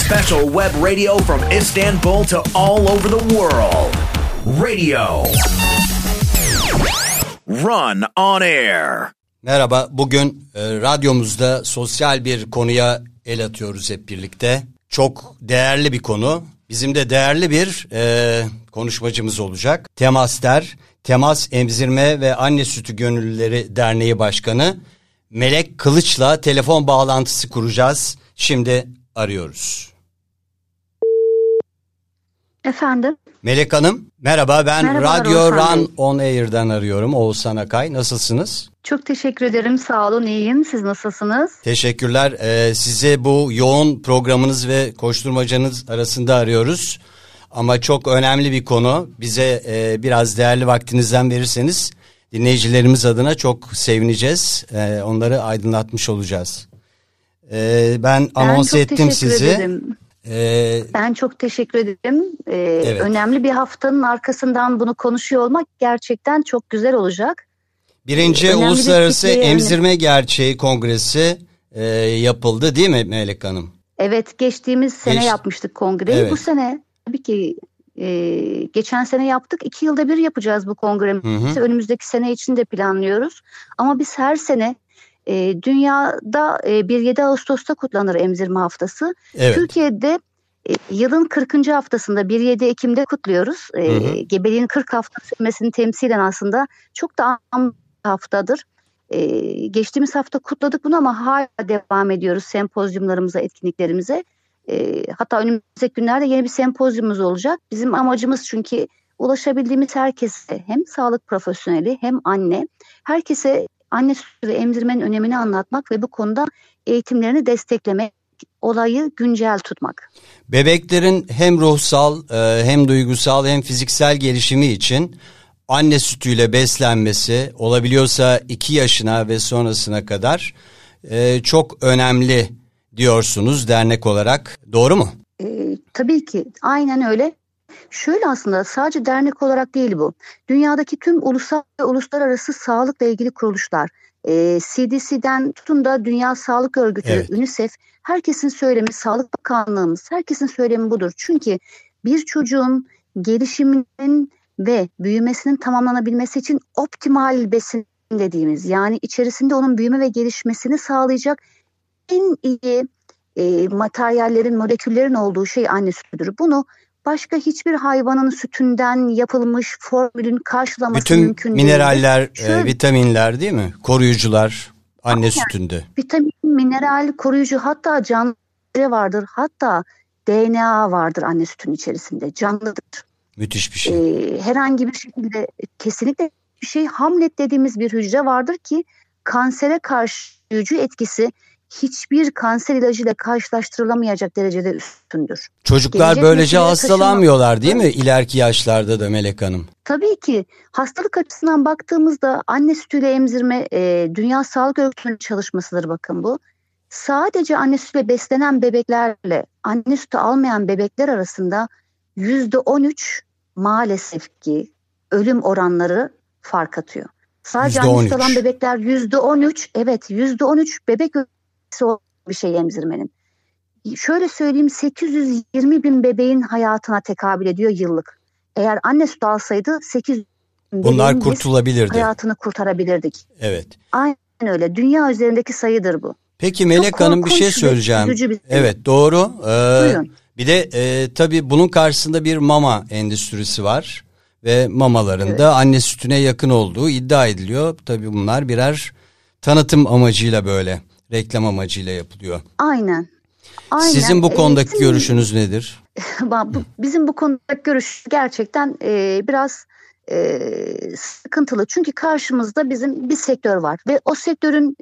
Special web radio from Istanbul to all over the world. Radio. Run on air. Merhaba, bugün radyomuzda sosyal bir konuya el atıyoruz hep birlikte. Çok değerli bir konu. Bizim de değerli bir konuşmacımız olacak. Temas Emzirme ve Anne Sütü Gönüllüleri Derneği Başkanı Melek Kılıç'la telefon bağlantısı kuracağız. Şimdi arıyoruz. Efendim? Melek Hanım, merhaba. Ben Merhabalar, Radyo Oğuzhan Run On Air'dan arıyorum. Oğuzhan Akay. Nasılsınız? Çok teşekkür ederim. Sağ olun, iyiyim. Siz nasılsınız? Teşekkürler. Size bu yoğun programınız ve koşturmacanız arasında arıyoruz. Ama çok önemli bir konu. Bize biraz değerli vaktinizden verirseniz dinleyicilerimiz adına çok sevineceğiz. Onları aydınlatmış olacağız. Ben anons ettim sizi. Ederim. Ben çok teşekkür ederim. Evet. Önemli bir haftanın arkasından bunu konuşuyor olmak gerçekten çok güzel olacak. Birinci Uluslararası Emzirme Gerçeği Kongresi yapıldı değil mi Melek Hanım? Evet, geçtiğimiz sene yapmıştık kongreyi. Evet. Bu sene tabii ki geçen sene yaptık. 2 yılda bir yapacağız bu kongremizi. Önümüzdeki sene için de planlıyoruz. Ama biz her sene dünyada 1-7 Ağustos'ta kutlanır emzirme haftası. Evet. Türkiye'de yılın 40. haftasında 1-7 Ekim'de kutluyoruz. Gebeliğin 40 hafta sürmesini temsilen aslında çok da anlamlı bir haftadır. Geçtiğimiz hafta kutladık bunu ama hala devam ediyoruz sempozyumlarımıza, etkinliklerimize. Hatta önümüzdeki günlerde yeni bir sempozyumumuz olacak. Bizim amacımız çünkü ulaşabildiğimiz herkese, hem sağlık profesyoneli hem anne, herkese anne sütü ve emzirmenin önemini anlatmak ve bu konuda eğitimlerini desteklemek, olayı güncel tutmak. Bebeklerin hem ruhsal hem duygusal hem fiziksel gelişimi için anne sütüyle beslenmesi, olabiliyorsa 2 yaşına ve sonrasına kadar çok önemli diyorsunuz dernek olarak. Doğru mu? Tabii ki aynen öyle. Şöyle, aslında sadece dernek olarak değil bu. Dünyadaki tüm ulusal ve uluslararası sağlıkla ilgili kuruluşlar, CDC'den tutun da Dünya Sağlık Örgütü, evet, UNICEF, herkesin söylemi, Sağlık Bakanlığımız, herkesin söylemi budur. Çünkü bir çocuğun gelişiminin ve büyümesinin tamamlanabilmesi için optimal besin dediğimiz, yani içerisinde onun büyüme ve gelişmesini sağlayacak en iyi materyallerin, moleküllerin olduğu şey anne sütüdür. Bunu başka hiçbir hayvanın sütünden yapılmış formülün karşılaması bütün mümkün değil. Bütün mineraller, vitaminler değil mi? Koruyucular anne sütünde. Vitamin, mineral, koruyucu, hatta canlı vardır. Hatta DNA vardır anne sütünün içerisinde. Canlıdır. Müthiş bir şey. Herhangi bir şekilde kesinlikle bir şey, Hamlet dediğimiz bir hücre vardır ki kansere karşı gücü, etkisi hiçbir kanser ilacıyla karşılaştırılamayacak derecede üstündür. Çocuklar gelecek böylece hastalanmıyorlar değil mi ileriki yaşlarda da Melek Hanım? Tabii ki. Hastalık açısından baktığımızda anne sütüyle emzirme Dünya Sağlık Örgütü'nün çalışmasıdır, bakın bu. Sadece anne sütüyle beslenen bebeklerle anne sütü almayan bebekler arasında %13 maalesef ki ölüm oranları fark atıyor. Sadece %13. anne sütü alan bebekler %13, evet %13 bebek bir şey emzirmenin. Şöyle söyleyeyim, 820 bin bebeğin hayatına tekabül ediyor yıllık. Eğer anne sütü alsaydı 800 bin bunlar kurtulabilirdi. Hayatını kurtarabilirdik. Evet. Aynen öyle. Dünya üzerindeki sayıdır bu. Peki Melek Hanım, bir şey söyleyeceğim. Bir evet, doğru. Buyurun. Bir de tabii bunun karşısında bir mama endüstrisi var. Ve mamaların da anne sütüne yakın olduğu iddia ediliyor. Tabii bunlar birer tanıtım amacıyla, böyle reklam amacıyla yapılıyor. Aynen. Sizin bu konudaki görüşünüz nedir? Bizim bu konudaki görüş gerçekten biraz sıkıntılı. Çünkü karşımızda bizim bir sektör var. Ve o sektörün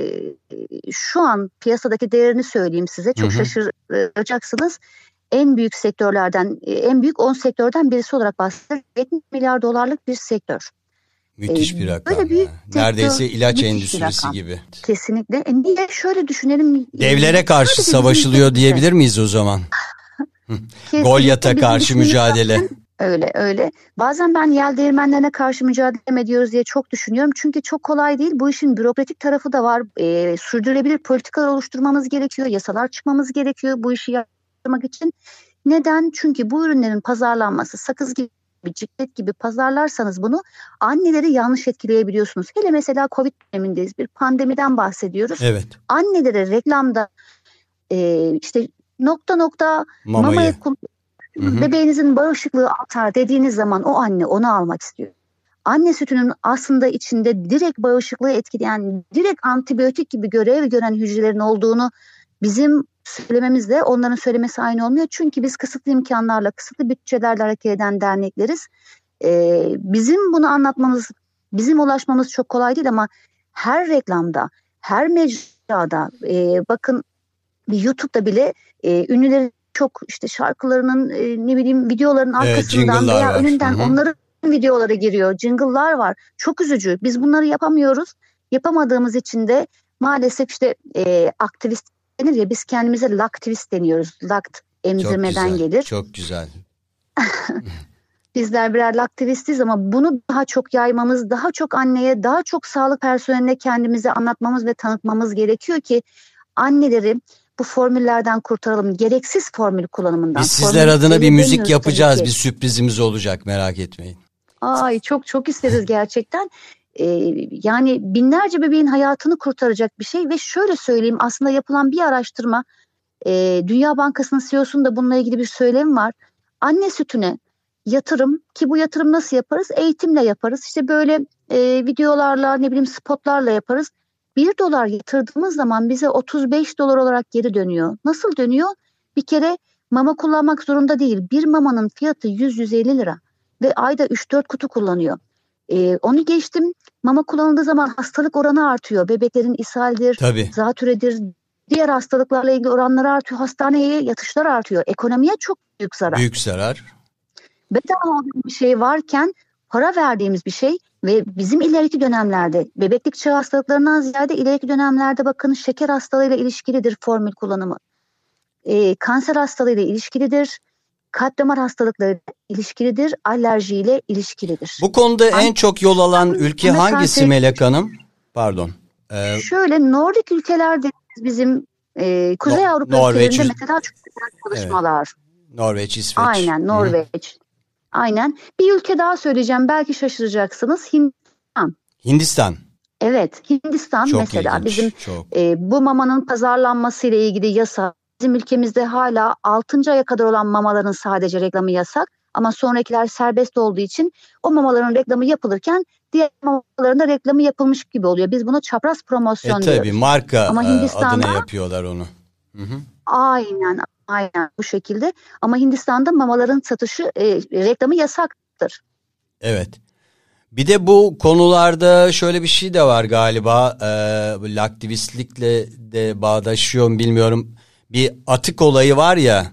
şu an piyasadaki değerini söyleyeyim size. Çok şaşıracaksınız. En büyük sektörlerden, en büyük 10 sektörden birisi olarak bahsediyoruz. 70 milyar dolarlık bir sektör. Müthiş bir rakam. Neredeyse ilaç endüstrisi gibi. Kesinlikle. Niye? Şöyle düşünelim. Devlere karşı savaşılıyor diyebilir miyiz o zaman? Golyat'a karşı mücadele. Öyle. Bazen ben yel değirmenlerine karşı mücadele ediyoruz diye çok düşünüyorum. Çünkü çok kolay değil. Bu işin bürokratik tarafı da var. Sürdürülebilir politikalar oluşturmamız gerekiyor. Yasalar çıkmamız gerekiyor bu işi arttırmak için. Neden? Çünkü bu ürünlerin pazarlanması, sakız gibi, ciklet gibi pazarlarsanız bunu, anneleri yanlış etkileyebiliyorsunuz. Hele mesela Covid dönemindeyiz, bir pandemiden bahsediyoruz. Evet. Annelere reklamda işte nokta nokta mamaya bebeğinizin bağışıklığı artar dediğiniz zaman o anne onu almak istiyor. Anne sütünün aslında içinde direkt bağışıklığı etkileyen, direkt antibiyotik gibi görev gören hücrelerin olduğunu bizim söylememizle onların söylemesi aynı olmuyor. Çünkü biz kısıtlı imkanlarla, kısıtlı bütçelerle hareket eden dernekleriz. Bizim bunu anlatmamız, bizim ulaşmamız çok kolay değil ama her reklamda, her mecrada, bakın YouTube'da bile ünlülerin çok işte şarkılarının ne bileyim videoların arkasından veya önünden onların videoları giriyor. Jingle'lar var. Çok üzücü. Biz bunları yapamıyoruz. Yapamadığımız için de maalesef işte aktivist denir ya, biz kendimize laktivist deniyoruz. Lakt emzirmeden gelir. Çok güzel. Bizler birer laktivistiz ama bunu daha çok yaymamız, daha çok anneye, daha çok sağlık personeline kendimizi anlatmamız ve tanıtmamız gerekiyor ki anneleri bu formüllerden kurtaralım. Gereksiz formül kullanımından. Biz sizler adına bir müzik yapacağız. Bir sürprizimiz olacak, merak etmeyin. Ay çok çok isteriz gerçekten. Yani binlerce bebeğin hayatını kurtaracak bir şey ve şöyle söyleyeyim, aslında yapılan bir araştırma, Dünya Bankası'nın CEO'sunda bununla ilgili bir söylem var. Anne sütüne yatırım, ki bu yatırım nasıl yaparız? Eğitimle yaparız. İşte böyle videolarla, ne bileyim spotlarla yaparız. $1 yatırdığımız zaman bize $35 olarak geri dönüyor. Nasıl dönüyor? Bir kere mama kullanmak zorunda değil. Bir mamanın fiyatı 100-150 lira ve ayda 3-4 kutu kullanıyor. Onu geçtim, mama kullanıldığı zaman hastalık oranı artıyor. Bebeklerin ishaldir, zatüredir, diğer hastalıklarla ilgili oranları artıyor. Hastaneye yatışlar artıyor. Ekonomiye çok büyük zarar. Büyük zarar. Bedava bir şey varken para verdiğimiz bir şey ve bizim ileriki dönemlerde, bebeklik çağı hastalıklarından ziyade ileriki dönemlerde bakın şeker hastalığıyla ilişkilidir formül kullanımı. Kanser hastalığıyla ilişkilidir. Kalp damar hastalıkları ilişkilidir, alerjiyle ilişkilidir. Bu konuda en çok yol alan ülke hangisi Melek Hanım? Pardon. Şöyle Nordik ülkelerde bizim Kuzey Avrupa ülkelerinde mesela çok güzel çalışmalar. Evet. Norveç, İsveç. Aynen, Norveç. Aynen. Bir ülke daha söyleyeceğim, belki şaşıracaksınız. Hindistan. Evet, Hindistan çok mesela ilginç, bizim bu mamanın pazarlanması ile ilgili yasa. Bizim ülkemizde hala 6. aya kadar olan mamaların sadece reklamı yasak ama sonrakiler serbest olduğu için o mamaların reklamı yapılırken diğer mamaların da reklamı yapılmış gibi oluyor. Biz bunu çapraz promosyon diyoruz. Tabii marka ama adına yapıyorlar onu. Hı-hı. Aynen bu şekilde ama Hindistan'da mamaların satışı reklamı yasaktır. Evet. Bir de bu konularda şöyle bir şey de var galiba, laktivistlikle de bağdaşıyor mu bilmiyorum. Bir atık olayı var ya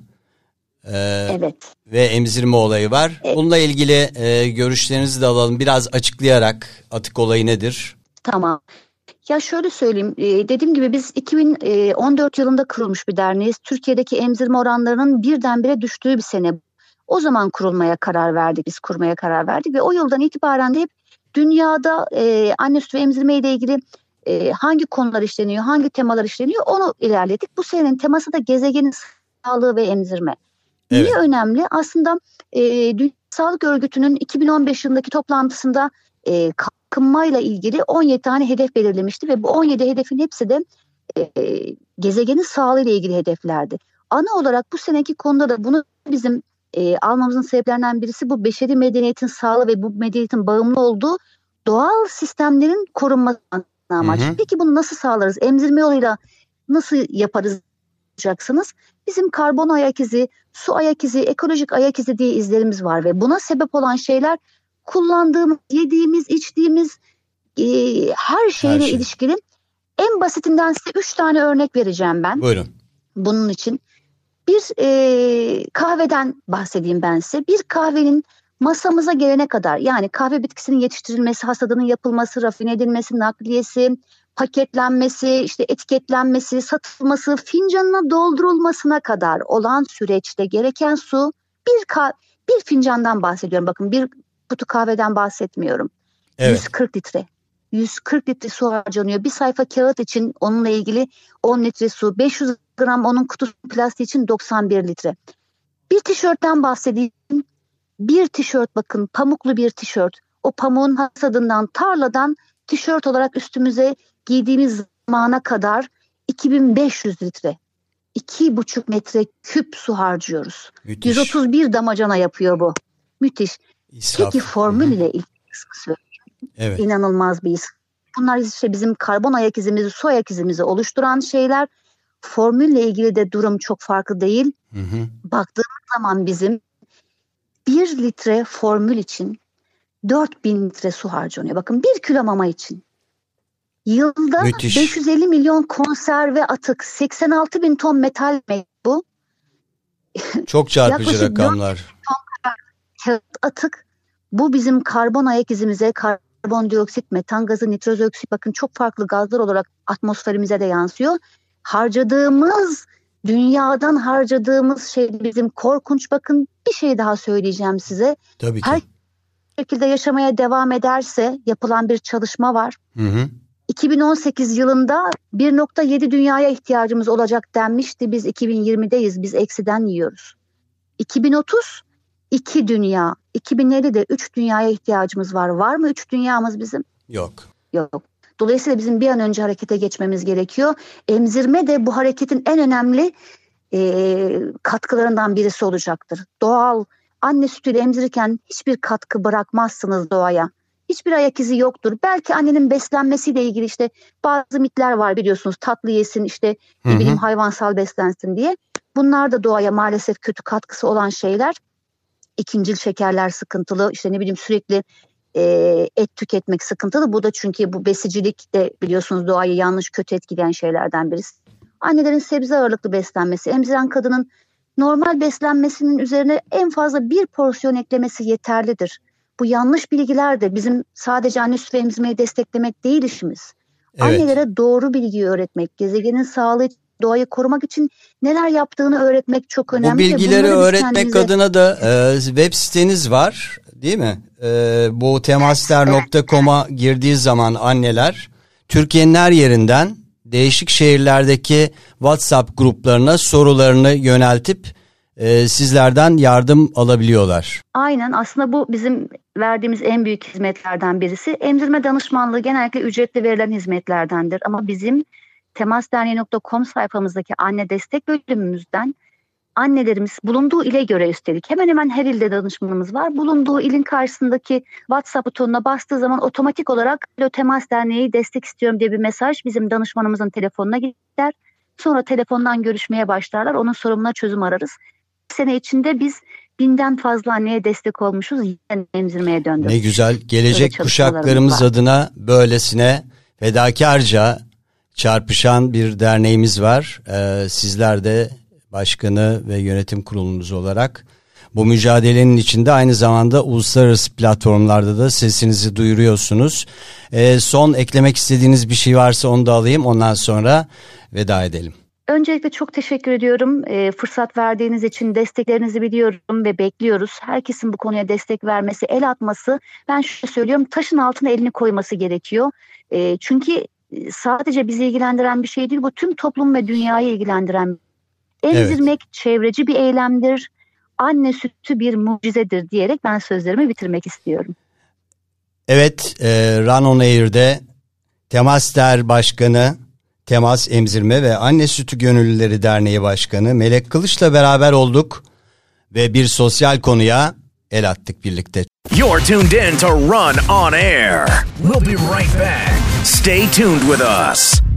evet. Ve emzirme olayı var. Evet. Bununla ilgili görüşlerinizi de alalım. Biraz açıklayarak atık olayı nedir? Tamam. Ya şöyle söyleyeyim. Dediğim gibi biz 2014 yılında kurulmuş bir derneğiz. Türkiye'deki emzirme oranlarının birdenbire düştüğü bir sene. O zaman kurmaya karar verdik ve o yıldan itibaren de hep dünyada anne sütü ve emzirme ile ilgili hangi konular işleniyor, hangi temalar işleniyor onu ilerledik. Bu senenin teması da gezegenin sağlığı ve emzirme. Evet. Niye önemli? Aslında Dünya Sağlık Örgütü'nün 2015 yılındaki toplantısında kalkınmayla ilgili 17 tane hedef belirlemişti ve bu 17 hedefin hepsi de gezegenin sağlığı ile ilgili hedeflerdi. Ana olarak bu seneki konuda da bunu bizim almamızın sebeplerinden birisi bu beşeri medeniyetin sağlığı ve bu medeniyetin bağımlı olduğu doğal sistemlerin korunması amaç. Peki bunu nasıl sağlarız? Emzirme yoluyla nasıl yaparız olacaksınız? Bizim karbon ayak izi, su ayak izi, ekolojik ayak izi diye izlerimiz var ve buna sebep olan şeyler kullandığımız, yediğimiz, içtiğimiz her şeyle ilişkili. En basitinden size 3 tane örnek vereceğim ben. Buyurun. Bunun için bir kahveden bahsedeyim ben size. Bir kahvenin masamıza gelene kadar, yani kahve bitkisinin yetiştirilmesi, hasadının yapılması, rafine edilmesi, nakliyesi, paketlenmesi, işte etiketlenmesi, satılması, fincanına doldurulmasına kadar olan süreçte gereken su bir fincandan bahsediyorum. Bakın bir kutu kahveden bahsetmiyorum. Evet. 140 litre. 140 litre su harcanıyor. Bir sayfa kağıt için onunla ilgili 10 litre su, 500 gram onun kutusu plastiği için 91 litre. Bir tişörtten bahsedeyim. Bir tişört, bakın, pamuklu bir tişört. O pamuğun hasadından, tarladan tişört olarak üstümüze giydiğimiz zamana kadar 2500 litre. 2,5 metre küp su harcıyoruz. Müthiş. 131 damacana yapıyor bu. Müthiş. İsraf. Peki formül ile ilgili kısmı söyleyeyim. Evet. İnanılmaz bir israf. Bunlar işte bizim karbon ayak izimizi, su ayak izimizi oluşturan şeyler. Formülle ilgili de durum çok farklı değil. Baktığımız zaman bizim 1 litre formül için 4000 litre su harcanıyor. Bakın 1 kilo mama için. Yılda müthiş. 550 milyon konserve atık, 86 bin ton metal bu. Çok çarpıcı rakamlar. 4 ton kağıt atık. Bu bizim karbon ayak izimize, karbondioksit, metan gazı, nitroz oksit, bakın çok farklı gazlar olarak atmosferimize de yansıyor. Dünyadan harcadığımız şey bizim korkunç. Bakın bir şey daha söyleyeceğim size. Tabii ki. Her şekilde yaşamaya devam ederse yapılan bir çalışma var. 2018 yılında 1,7 dünyaya ihtiyacımız olacak denmişti. Biz 2020'deyiz. Biz eksiden yiyoruz. 2030 2 dünya. 2050'de 3 dünyaya ihtiyacımız var. Var mı 3 dünyamız bizim? Yok. Dolayısıyla bizim bir an önce harekete geçmemiz gerekiyor. Emzirme de bu hareketin en önemli katkılarından birisi olacaktır. Doğal anne sütüyle emzirirken hiçbir katkı bırakmazsınız doğaya. Hiçbir ayak izi yoktur. Belki annenin beslenmesiyle ilgili işte bazı mitler var, biliyorsunuz. Tatlı yesin, işte ne bileyim hayvansal beslensin diye. Bunlar da doğaya maalesef kötü katkısı olan şeyler. İkincil şekerler sıkıntılı. İşte ne bileyim sürekli et tüketmek sıkıntılı. Bu da çünkü bu besicilik de biliyorsunuz doğayı yanlış, kötü etkileyen şeylerden birisi. Annelerin sebze ağırlıklı beslenmesi, emziren kadının normal beslenmesinin üzerine en fazla bir porsiyon eklemesi yeterlidir. Bu yanlış bilgiler de bizim sadece anne sütü emzirmeyi desteklemek değil işimiz. Evet. Annelere doğru bilgiyi öğretmek, gezegenin sağlığı, doğayı korumak için neler yaptığını öğretmek çok önemli. Bu bilgileri öğretmek adına da web siteniz var, değil mi? Bu temaster.com'a girdiği zaman anneler Türkiye'nin her yerinden değişik şehirlerdeki WhatsApp gruplarına sorularını yöneltip sizlerden yardım alabiliyorlar. Aynen, aslında bu bizim verdiğimiz en büyük hizmetlerden birisi. Emzirme danışmanlığı genellikle ücretli verilen hizmetlerdendir. Ama bizim temasderneği.com sayfamızdaki anne destek bölümümüzden annelerimiz bulunduğu ile göre, üstelik hemen hemen her ilde danışmanımız var. Bulunduğu ilin karşısındaki WhatsApp butonuna bastığı zaman otomatik olarak Temas Derneği destek istiyorum diye bir mesaj bizim danışmanımızın telefonuna gider. Sonra telefondan görüşmeye başlarlar. Onun sorununa çözüm ararız. Bir sene içinde biz 1000'den fazla anneye destek olmuşuz. Yeniden emzirmeye döndük. Ne güzel. Gelecek kuşaklarımız adına böylesine fedakarca çarpışan bir derneğimiz var. Sizler de başkanı ve yönetim kurulumuz olarak bu mücadelenin içinde aynı zamanda uluslararası platformlarda da sesinizi duyuruyorsunuz. Son eklemek istediğiniz bir şey varsa onu da alayım, ondan sonra veda edelim. Öncelikle çok teşekkür ediyorum. Fırsat verdiğiniz için, desteklerinizi biliyorum ve bekliyoruz. Herkesin bu konuya destek vermesi, el atması, ben şöyle söylüyorum, taşın altına elini koyması gerekiyor. Çünkü sadece bizi ilgilendiren bir şey değil, bu tüm toplum ve dünyayı ilgilendiren. Emzirmek çevreci bir eylemdir. Anne sütü bir mucizedir diyerek ben sözlerimi bitirmek istiyorum. Evet, Run on Air'de Temaster Başkanı, Temas Emzirme ve Anne Sütü Gönüllüleri Derneği Başkanı Melek Kılıç'la beraber olduk ve bir sosyal konuya el attık birlikte. You're tuned in to Run on Air. We'll be right back. Stay tuned with us.